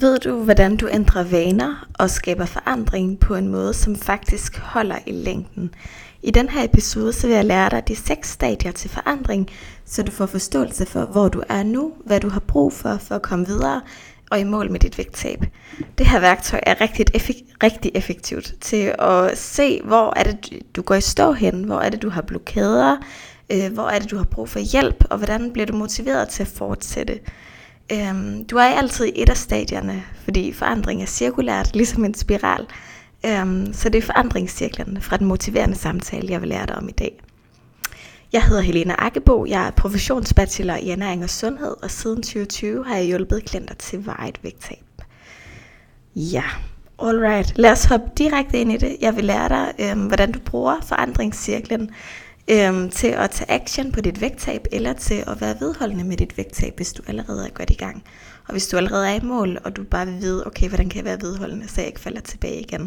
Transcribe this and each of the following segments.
Ved du, hvordan du ændrer vaner og skaber forandring på en måde, som faktisk holder i længden? I den her episode så vil jeg lære dig de 6 stadier til forandring, så du får forståelse for, hvor du er nu, hvad du har brug for at komme videre og i mål med dit vægttab. Det her værktøj er rigtig effektivt til at se, hvor er det, du går i stå hen, hvor er det, du har blokader, hvor er det, du har brug for hjælp, og hvordan bliver du motiveret til at fortsætte. Du er altid i et af stadierne, fordi forandring er cirkulært, ligesom en spiral. Så det er forandringscirklen fra den motiverende samtale, jeg vil lære dig om i dag. Jeg hedder Helena Aggebo, jeg er professionsbachelor i ernæring og sundhed, og siden 2020 har jeg hjulpet klienter til varigt vægttab. Ja, alright. Lad os hoppe direkte ind i det. Jeg vil lære dig, hvordan du bruger forandringscirklen til at tage action på dit vægttab, eller til at være vedholdende med dit vægttab, hvis du allerede er godt i gang. Og hvis du allerede er i mål, og du bare vil vide, okay, hvordan kan jeg være vedholdende, så jeg ikke falder tilbage igen.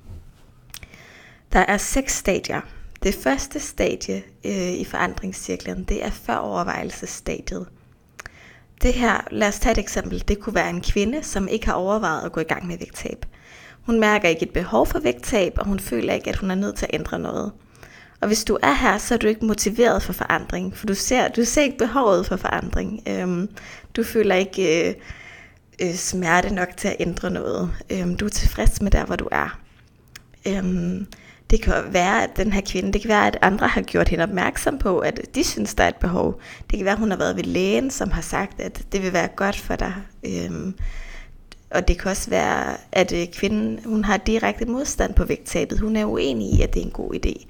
Der er 6 stadier. Det første stadie i forandringscirklen, det er før-overvejelsesstadiet. Det her, lad os tage et eksempel, det kunne være en kvinde, som ikke har overvejet at gå i gang med vægttab. Hun mærker ikke et behov for vægttab, og hun føler ikke, at hun er nødt til at ændre noget. Og hvis du er her, så er du ikke motiveret for forandring, for du ser ikke behovet for forandring. Du føler ikke smerte nok til at ændre noget. Du er tilfreds med der, hvor du er. Det kan være, at den her kvinde, det kan være, at andre har gjort hende opmærksom på, at de synes, der er et behov. Det kan være, at hun har været ved lægen, som har sagt, at det vil være godt for dig. Og det kan også være, at kvinden, hun har direkte modstand på vægttabet. Hun er uenig i, at det er en god idé.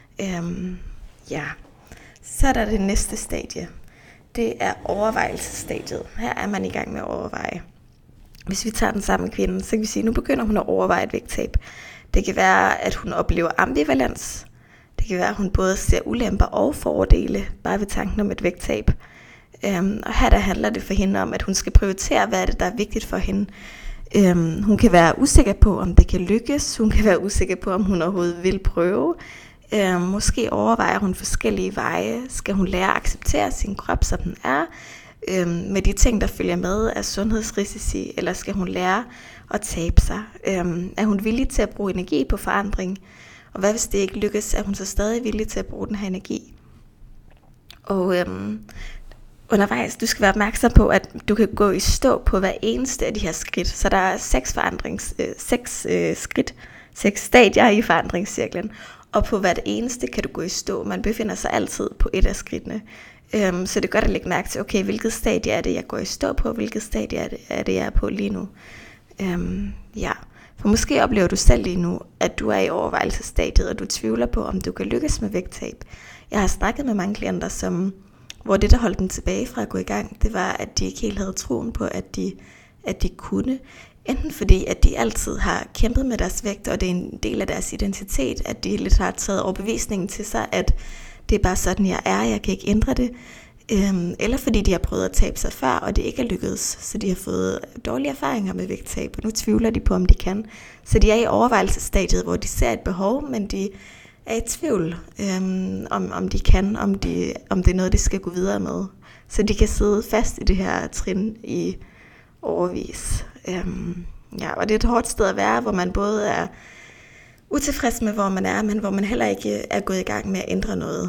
Så er der det næste stadie. Det er overvejelsesstadiet. Her er man i gang med at overveje. Hvis vi tager den samme kvinde, så kan vi sige, at nu begynder hun at overveje et vægttab. Det kan være, at hun oplever ambivalens. Det kan være, at hun både ser ulemper og fordele, bare ved tanken om et vægttab. Og her der handler det for hende om, at hun skal prioritere, hvad er det, der er vigtigt for hende. Hun kan være usikker på, om det kan lykkes. Hun kan være usikker på, om hun overhovedet vil prøve. Måske overvejer hun forskellige veje. Skal hun lære at acceptere sin krop, som den er, med de ting, der følger med af sundhedsrisici, eller skal hun lære at tabe sig? Er hun villig til at bruge energi på forandring? Og hvad hvis det ikke lykkes, er hun så stadig villig til at bruge den her energi? Og undervejs, du skal være opmærksom på, at du kan gå i stå på hver eneste af de her skridt. Så der er 6 stadier i forandringscirklen. Og på hvert eneste kan du gå i stå. Man befinder sig altid på et af skridtene. Så det er godt at lægge mærke til, okay, hvilket stadie er det, jeg går i stå på, hvilket stadie er det, jeg er på lige nu. For måske oplever du selv lige nu, at du er i overvejelsesstadiet, og du tvivler på, om du kan lykkes med vægttab. Jeg har snakket med mange klienter, hvor det, der holdt dem tilbage fra at gå i gang, det var, at de ikke helt havde troen på, at de kunne. Enten fordi, at de altid har kæmpet med deres vægt, og det er en del af deres identitet, at de lidt har taget overbevisningen til sig, at det er bare sådan, jeg er, jeg kan ikke ændre det. Eller fordi de har prøvet at tabe sig før, og det ikke er lykkedes, så de har fået dårlige erfaringer med vægttab, og nu tvivler de på, om de kan. Så de er i overvejelsesstadiet, hvor de ser et behov, men de er i tvivl, om de kan, om det er noget, de skal gå videre med. Så de kan sidde fast i det her trin i overvis. Og det er et hårdt sted at være, hvor man både er utilfreds med, hvor man er, men hvor man heller ikke er gået i gang med at ændre noget.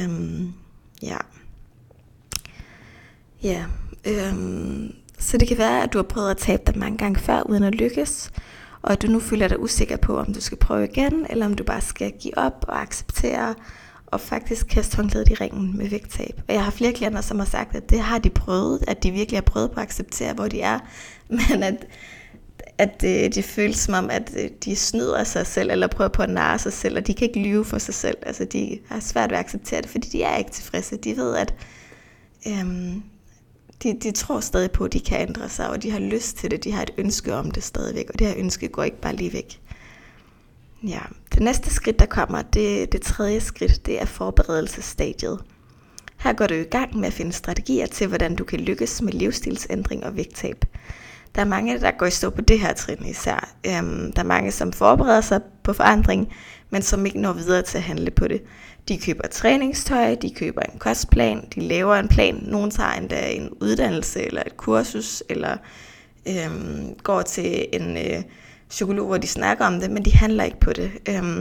Så det kan være, at du har prøvet at tabe dig mange gange før, uden at lykkes, og at du nu føler dig usikker på, om du skal prøve igen, eller om du bare skal give op og acceptere, og faktisk kaste håndklædet i ringen med vægttab. Og jeg har flere klienter, som har sagt, at det har de prøvet, at de virkelig har prøvet på at acceptere, hvor de er, men at det føles som om, at de snyder sig selv, eller prøver på at narre sig selv, og de kan ikke lyve for sig selv. Altså, de har svært ved at acceptere det, fordi de er ikke tilfredse. De ved, at de tror stadig på, at de kan ændre sig, og de har lyst til det. De har et ønske om det stadigvæk, og det her ønske går ikke bare lige væk. Det næste skridt, der kommer, det tredje skridt, det er forberedelsesstadiet. Her går du i gang med at finde strategier til, hvordan du kan lykkes med livsstilsændring og vægttab. Der er mange, der går i stå på det her trin især. Der er mange, som forbereder sig på forandring, men som ikke når videre til at handle på det. De køber træningstøj, de køber en kostplan, de laver en plan. Nogen tager endda en uddannelse eller et kursus, eller går til en psykolog, hvor de snakker om det, men de handler ikke på det.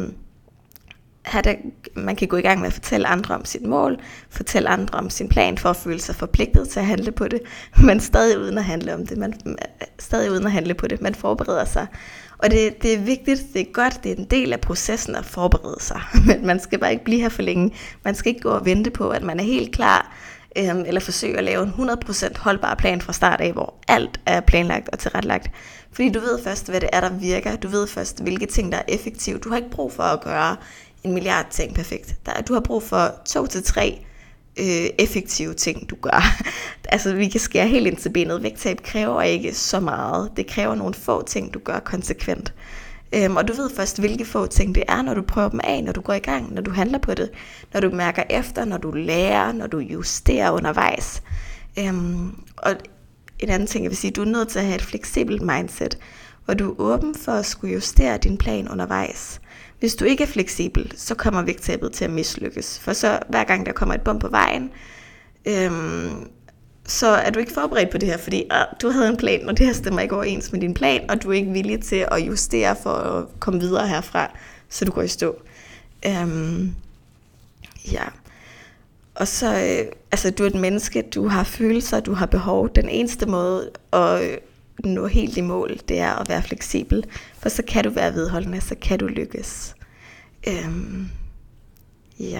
Man kan gå i gang med at fortælle andre om sit mål, fortælle andre om sin plan for at føle sig forpligtet til at handle på det, men stadig uden at handle om det. Stadig uden at handle på det. Man forbereder sig. Og det er vigtigt, det er godt, det er en del af processen at forberede sig. Men man skal bare ikke blive her for længe. Man skal ikke gå og vente på, at man er helt klar, eller forsøge at lave en 100% holdbar plan fra start af, hvor alt er planlagt og tilrettelagt. Fordi du ved først, hvad det er, der virker. Du ved først, hvilke ting, der er effektive. Du har ikke brug for at gøre 1 milliard ting perfekt. Du har brug for 2 til 3 effektive ting, du gør. Altså, vi kan skære helt ind til benet. Vægttab kræver ikke så meget. Det kræver nogle få ting, du gør konsekvent. Og du ved først, hvilke få ting det er, når du prøver dem af, når du går i gang, når du handler på det, når du mærker efter, når du lærer, når du justerer undervejs. Og en anden ting, jeg vil sige, du er nødt til at have et fleksibelt mindset, hvor du er åben for at skulle justere din plan undervejs. Hvis du ikke er fleksibel, så kommer vægttabet til at mislykkes. For så hver gang der kommer et bump på vejen, så er du ikke forberedt på det her, fordi du havde en plan, og det her stemmer ikke overens med din plan, og du er ikke villig til at justere for at komme videre herfra, så du går i stå. Ja. Og så, du er et menneske, du har følelser, du har behov. Den eneste måde at nå helt i mål, det er at være fleksibel, for så kan du være vedholdende, så kan du lykkes. Ja.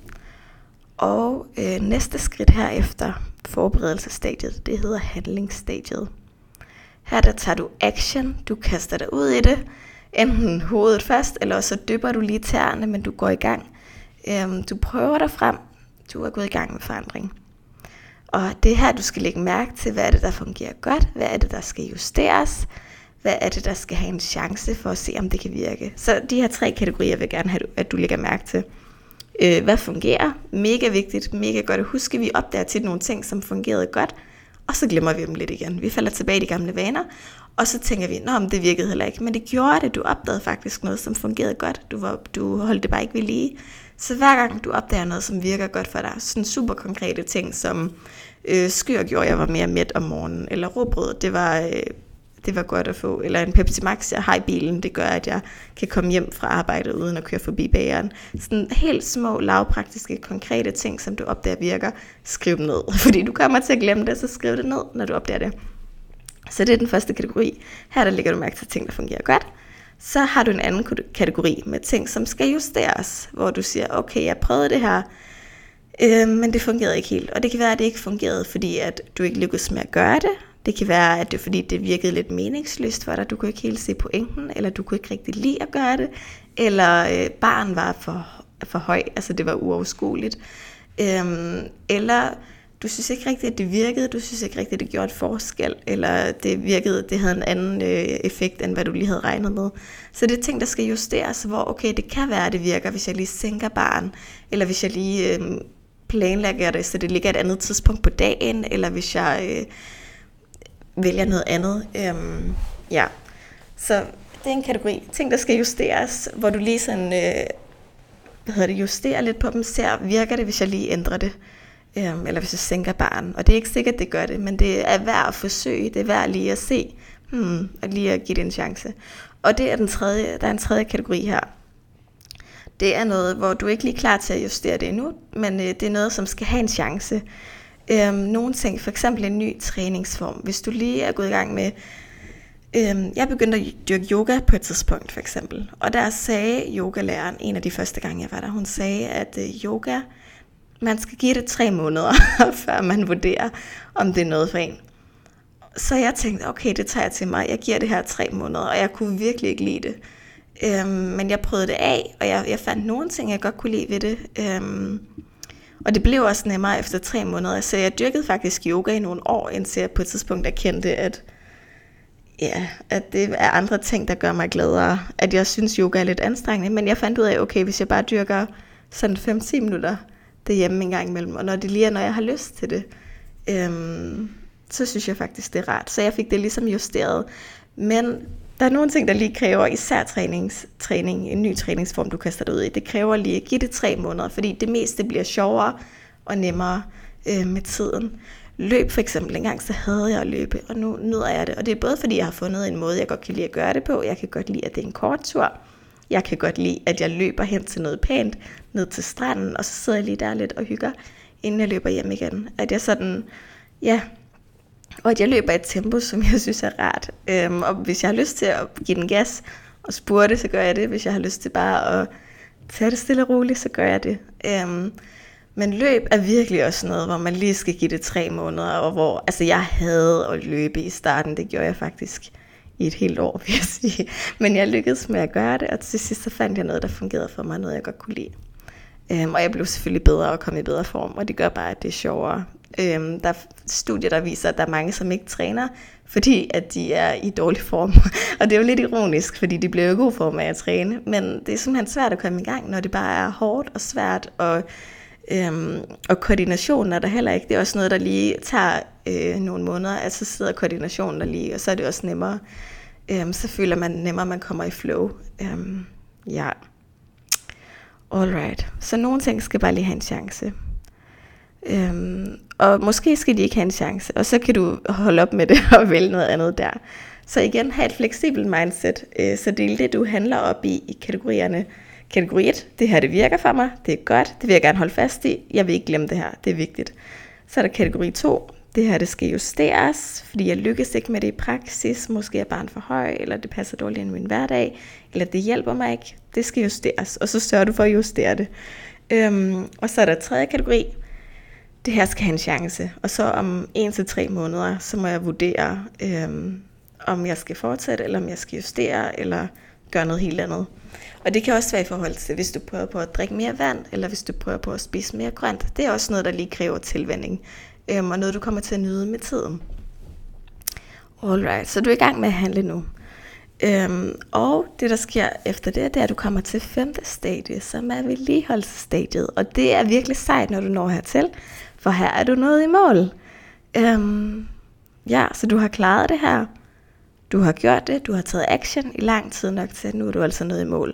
Og næste skridt herefter forberedelsesstadiet, det hedder handlingsstadiet. Her der tager du action, du kaster dig ud i det, enten hovedet først, eller så dypper du lige tæerne, men du går i gang. Du prøver dig frem, du er gået i gang med forandring. Og det er her, du skal lægge mærke til, hvad er det, der fungerer godt, hvad er det, der skal justeres, hvad er det, der skal have en chance for at se, om det kan virke. Så de her 3 kategorier vil jeg gerne have, at du lægger mærke til. Hvad fungerer? Mega vigtigt, mega godt at huske. Vi opdager til nogle ting, som fungerede godt, og så glemmer vi dem lidt igen. Vi falder tilbage i de gamle vaner, og så tænker vi, det virkede heller ikke. Men det gjorde det. Du opdagede faktisk noget, som fungerede godt. Du holdt det bare ikke ved lige. Så hver gang du opdager noget, som virker godt for dig, sådan super konkrete ting, som skyr gjorde, jeg var mere mæt om morgenen, eller råbrød, det var godt at få, eller en Pepsi Max, jeg har i bilen, det gør, at jeg kan komme hjem fra arbejdet uden at køre forbi bageren. Sådan helt små, lavpraktiske, konkrete ting, som du opdager virker, skriv dem ned. Fordi du kommer til at glemme det, så skriv det ned, når du opdager det. Så det er den første kategori. Her der lægger du mærke til ting, der fungerer godt. Så har du en anden kategori med ting, som skal justeres, hvor du siger, okay, jeg prøvede det her, men det fungerede ikke helt. Og det kan være, at det ikke fungerede, fordi at du ikke lykkedes med at gøre det. Det kan være, at det er fordi, det virkede lidt meningsløst for dig. Du kunne ikke helt se pointen, eller du kunne ikke rigtig lide at gøre det. Eller barn var for høj, altså det var uoverskueligt. Eller du synes ikke rigtigt, at det virkede. Du synes ikke rigtigt, at det gjorde et forskel. Eller det havde en anden effekt, end hvad du lige havde regnet med. Så det er ting, der skal justeres, hvor okay, det kan være, at det virker, hvis jeg lige sænker barn. Eller hvis jeg lige planlægger det, så det ligger et andet tidspunkt på dagen. Eller hvis jeg vælger noget andet. Ja. Så det er en kategori. Ting, der skal justeres, hvor du lige sådan, justerer lidt på dem, ser, virker det, hvis jeg lige ændrer det. Eller hvis jeg sænker barn. Og det er ikke sikkert, det gør det, men det er værd at forsøge. Det er værd lige at se, og lige at give det en chance. Og det er der er en tredje kategori her. Det er noget, hvor du ikke lige er klar til at justere det endnu, men det er noget, som skal have en chance. Nogle ting, for eksempel en ny træningsform. Hvis du lige er gået i gang med, jeg begyndte at dyrke yoga på et tidspunkt for eksempel, og der sagde yogalæreren, en af de første gange jeg var der, hun sagde, at yoga, man skal give det 3 måneder, før man vurderer, om det er noget for en. Så jeg tænkte, okay, det tager jeg til mig, jeg giver det her 3 måneder, og jeg kunne virkelig ikke lide det. Men jeg prøvede det af, og jeg fandt nogle ting, jeg godt kunne lide ved det. Og det blev også nemmere efter 3 måneder. Så jeg dyrkede faktisk yoga i nogle år, indtil jeg på et tidspunkt erkendte, at det er andre ting, der gør mig gladere. At jeg synes, yoga er lidt anstrengende. Men jeg fandt ud af, okay, hvis jeg bare dyrker sådan 5-10 minutter derhjemme en gang imellem, og når det lige er, når jeg har lyst til det, så synes jeg faktisk, det er rart. Så jeg fik det ligesom justeret. Men der er nogle ting, der lige kræver, især træning, en ny træningsform, du kaster dig ud i. Det kræver lige at give det 3 måneder, fordi det meste bliver sjovere og nemmere med tiden. løb for eksempel. Engang så havde jeg at løbe, og nu nyder jeg det. Og det er både fordi, jeg har fundet en måde, jeg godt kan lide at gøre det på. Jeg kan godt lide, at det er en kort tur. Jeg kan godt lide, at jeg løber hen til noget pænt, ned til stranden, og så sidder jeg lige der lidt og hygger, inden jeg løber hjem igen. At jeg sådan, ja, og at jeg løber i et tempo, som jeg synes er rart. Og hvis jeg har lyst til at give den gas og spurte, så gør jeg det. Hvis jeg har lyst til bare at tage det stille og roligt, så gør jeg det. Men løb er virkelig også noget, hvor man lige skal give det 3 måneder, og hvor, altså jeg havde at løbe i starten, det gjorde jeg faktisk i et helt år, vil jeg sige. Men jeg lykkedes med at gøre det, og til sidst så fandt jeg noget, der fungerede for mig, noget jeg godt kunne lide. Og jeg blev selvfølgelig bedre og kom i bedre form, og det gør bare, at det er sjovere. Der er studier, der viser, at der er mange, som ikke træner, fordi at de er i dårlig form. Og det er jo lidt ironisk, fordi de bliver jo i god form af at træne, men det er simpelthen svært at komme i gang, når det bare er hårdt og svært, og koordinationen er der heller ikke. Det er også noget, der lige tager nogle måneder, at så sidder koordinationen der lige, og så er det også nemmere. Så føler man nemmere, at man kommer i flow. Ja. Alright. Så nogle ting skal bare lige have en chance. Og måske skal de ikke have en chance, og så kan du holde op med det og vælge noget andet der. Så igen, have et fleksibelt mindset. Så det er det, du handler op i kategorierne. Kategori 1, det her det virker for mig, det er godt, det vil jeg gerne holde fast i, jeg vil ikke glemme det her, det er vigtigt. Så er der kategori 2, det her det skal justeres, fordi jeg lykkes ikke med det i praksis, måske er barn for høj, eller det passer dårligt ind i min hverdag, eller det hjælper mig ikke, det skal justeres, og så sørger du for at justere det. Og så er der 3. kategori, det her skal have en chance, og så om 1 til 3 måneder, så må jeg vurdere, om jeg skal fortsætte, eller om jeg skal justere, eller gøre noget helt andet. Og det kan også være i forhold til, hvis du prøver på at drikke mere vand, eller hvis du prøver på at spise mere grønt. Det er også noget, der lige kræver tilvænning, og noget, du kommer til at nyde med tiden. Alright, så du er i gang med at handle nu. Og det, der sker efter det, det er, at du kommer til 5. stadie, som er vedligeholdelsesstadiet. Og det er virkelig sejt, når du når hertil, for her er du nået i mål. Ja, så du har klaret det her. Du har gjort det, du har taget action i lang tid nok til, at nu er du altså nået i mål.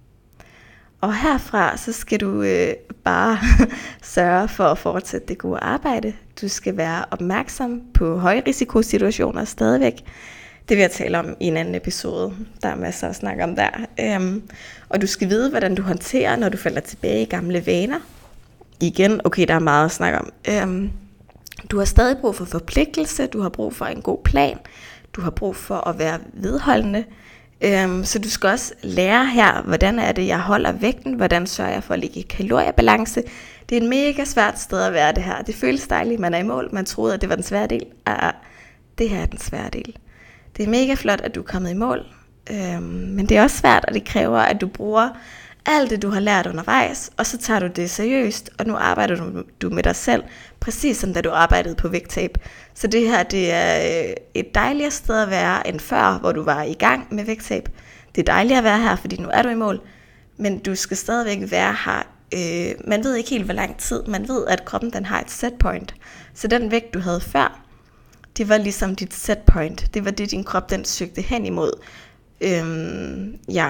Og herfra, så skal du bare sørge for at fortsætte det gode arbejde. Du skal være opmærksom på højrisikosituationer stadigvæk. Det vil jeg tale om i en anden episode. Der er masser at snakke om der. Og du skal vide, hvordan du håndterer, når du falder tilbage i gamle vaner. Igen, okay, der er meget at snakke om. Du har stadig brug for forpligtelse, du har brug for en god plan. Du har brug for at være vedholdende. Så du skal også lære her, hvordan er det, jeg holder vægten, hvordan sørger jeg for at ligge i kaloriebalance. Det er et mega svært sted at være det her. Det føles dejligt, man er i mål, man troede, at det var den svære del. Det her er den svære del. Det er mega flot, at du er kommet i mål, men det er også svært, og det kræver, at du bruger alt det, du har lært undervejs, og så tager du det seriøst, og nu arbejder du med dig selv, præcis som da du arbejdede på vægttab. Så det her, det er et dejligere sted at være end før, hvor du var i gang med vægttab. Det er dejligt at være her, fordi nu er du i mål, men du skal stadigvæk være her. Man ved ikke helt, hvor lang tid. Man ved, at kroppen den har et set point. Så den vægt, du havde før, det var ligesom dit set point. Det var det, din krop den søgte hen imod. Ja.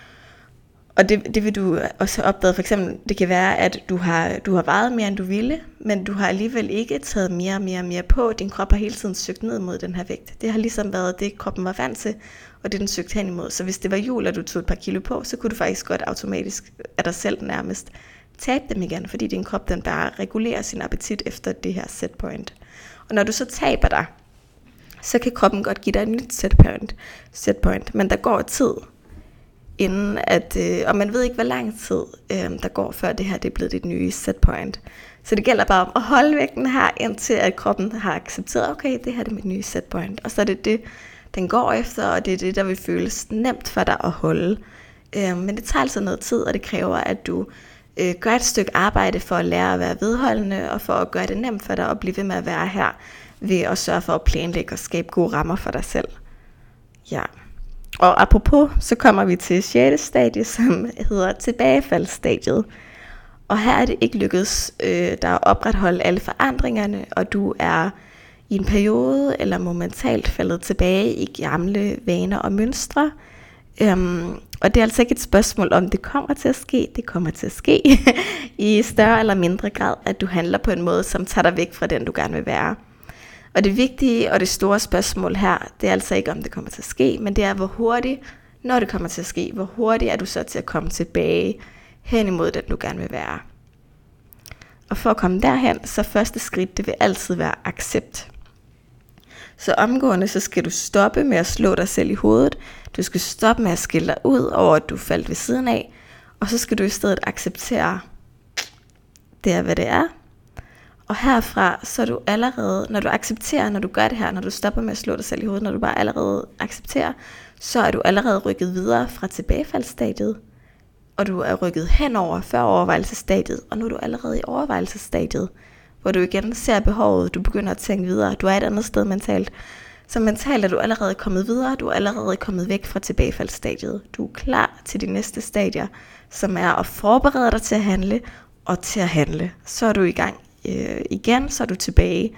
Og det vil du også opdage. For eksempel, det kan være, at du har vejet mere, end du ville, men du har alligevel ikke taget mere på. Din krop har hele tiden søgt ned mod den her vægt. Det har ligesom været det, kroppen var vant til, og det den søgte hen imod. Så hvis det var jul, og du tog et par kilo på, så kunne du faktisk godt automatisk af dig selv nærmest tabe dem igen, fordi din krop den bare regulerer sin appetit efter det her set point. Og når du så taber dig, så kan kroppen godt give dig et nyt set point, men der går tid, inden at, og man ved ikke, hvor lang tid der går, før det her det er blevet dit nye set point. Så det gælder bare om at holde vægten her, indtil at kroppen har accepteret, okay, det her det er mit nye set point. Og så er det det, den går efter, og det er det, der vil føles nemt for dig at holde. Men det tager altså noget tid, og det kræver, at du gør et stykke arbejde for at lære at være vedholdende, og for at gøre det nemt for dig at blive ved med at være her, ved at sørge for at planlægge og skabe gode rammer for dig selv. Ja. Og apropos, så kommer vi til 6. stadie, som hedder tilbagefaldsstadiet. Og her er det ikke lykkedes der at opretholde alle forandringerne, og du er i en periode eller momentalt faldet tilbage i gamle vaner og mønstre. Og det er altså ikke et spørgsmål om det kommer til at ske, det kommer til at ske i større eller mindre grad, at du handler på en måde, som tager dig væk fra den, du gerne vil være. Og det vigtige og det store spørgsmål her, det er altså ikke, om det kommer til at ske, men det er, hvor hurtigt, når det kommer til at ske, hvor hurtigt er du så til at komme tilbage hen imod den, du gerne vil være. Og for at komme derhen, så første skridt, det vil altid være accept. Så omgående, så skal du stoppe med at slå dig selv i hovedet. Du skal stoppe med at skille dig ud over, at du faldt ved siden af. Og så skal du i stedet acceptere, det er, hvad det er. Og herfra, så er du allerede, når du accepterer, når du gør det her, når du stopper med at slå dig selv i hovedet, når du bare allerede accepterer, så er du allerede rykket videre fra tilbagefaldsstadiet. Og du er rykket henover før overvejelsesstadiet, og nu er du allerede i overvejelsesstadiet, hvor du igen ser behovet, du begynder at tænke videre, du er et andet sted mentalt. Så mentalt er du allerede kommet videre, du er allerede kommet væk fra tilbagefaldsstadiet. Du er klar til de næste stadier, som er at forberede dig til at handle, og til at handle. Så er du i gang igen, så er du tilbage.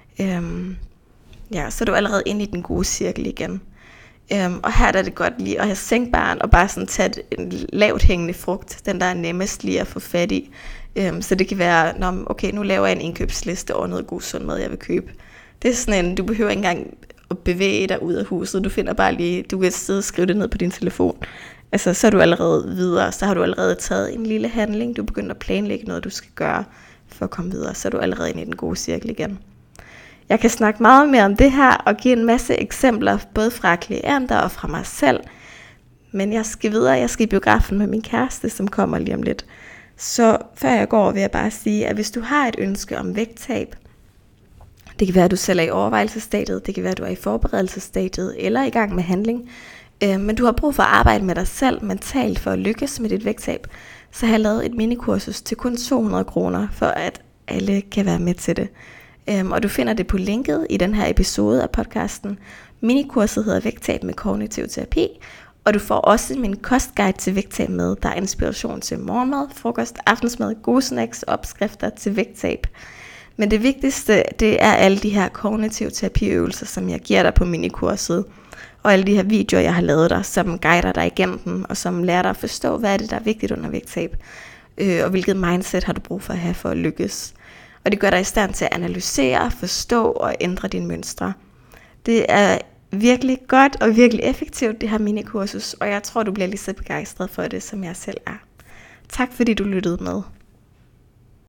Så er du allerede inde i den gode cirkel igen. Og her er det godt lige at have sænkbaren og bare sådan tage en lavt hængende frugt, den der er nemmest lige at få fat i. Så det kan være, okay, nu laver jeg en indkøbsliste over noget god sund mad, jeg vil købe. Det er sådan en, du behøver ikke engang at bevæge dig ud af huset. Du finder bare lige, du kan sidde og skrive det ned på din telefon. Altså, så er du allerede videre. Så har du allerede taget en lille handling. Du begynder at planlægge noget, du skal gøre for at komme videre. Så er du allerede inde i den gode cirkel igen. Jeg kan snakke meget mere om det her og give en masse eksempler, både fra klienter og fra mig selv. Men jeg skal videre. Jeg skal i biografen med min kæreste, som kommer lige om lidt. Så før jeg går, vil jeg bare sige, at hvis du har et ønske om vægttab, det kan være, at du selv er i overvejelsesstadiet, det kan være, at du er i forberedelsesstadiet eller i gang med handling, men du har brug for at arbejde med dig selv mentalt for at lykkes med dit vægttab, så har jeg lavet et minikursus til kun 200 kroner, for at alle kan være med til det. Og du finder det på linket i den her episode af podcasten. Minikurset hedder Vægttab med kognitiv terapi, og du får også min kostguide til vægttab med, der er inspiration til morgenmad, frokost, aftensmad, gode snacks og opskrifter til vægttab. Men det vigtigste, det er alle de her kognitive terapiøvelser, som jeg giver dig på minikurset, og alle de her videoer, jeg har lavet dig, som guider dig igennem dem, og som lærer dig at forstå, hvad er det, der er vigtigt under vægttab, og hvilket mindset har du brug for at have for at lykkes. Og det gør dig i stand til at analysere, forstå og ændre dine mønstre. Det er virkelig godt og virkelig effektivt, det her minikursus, og jeg tror, du bliver lige så begejstret for det, som jeg selv er. Tak fordi du lyttede med.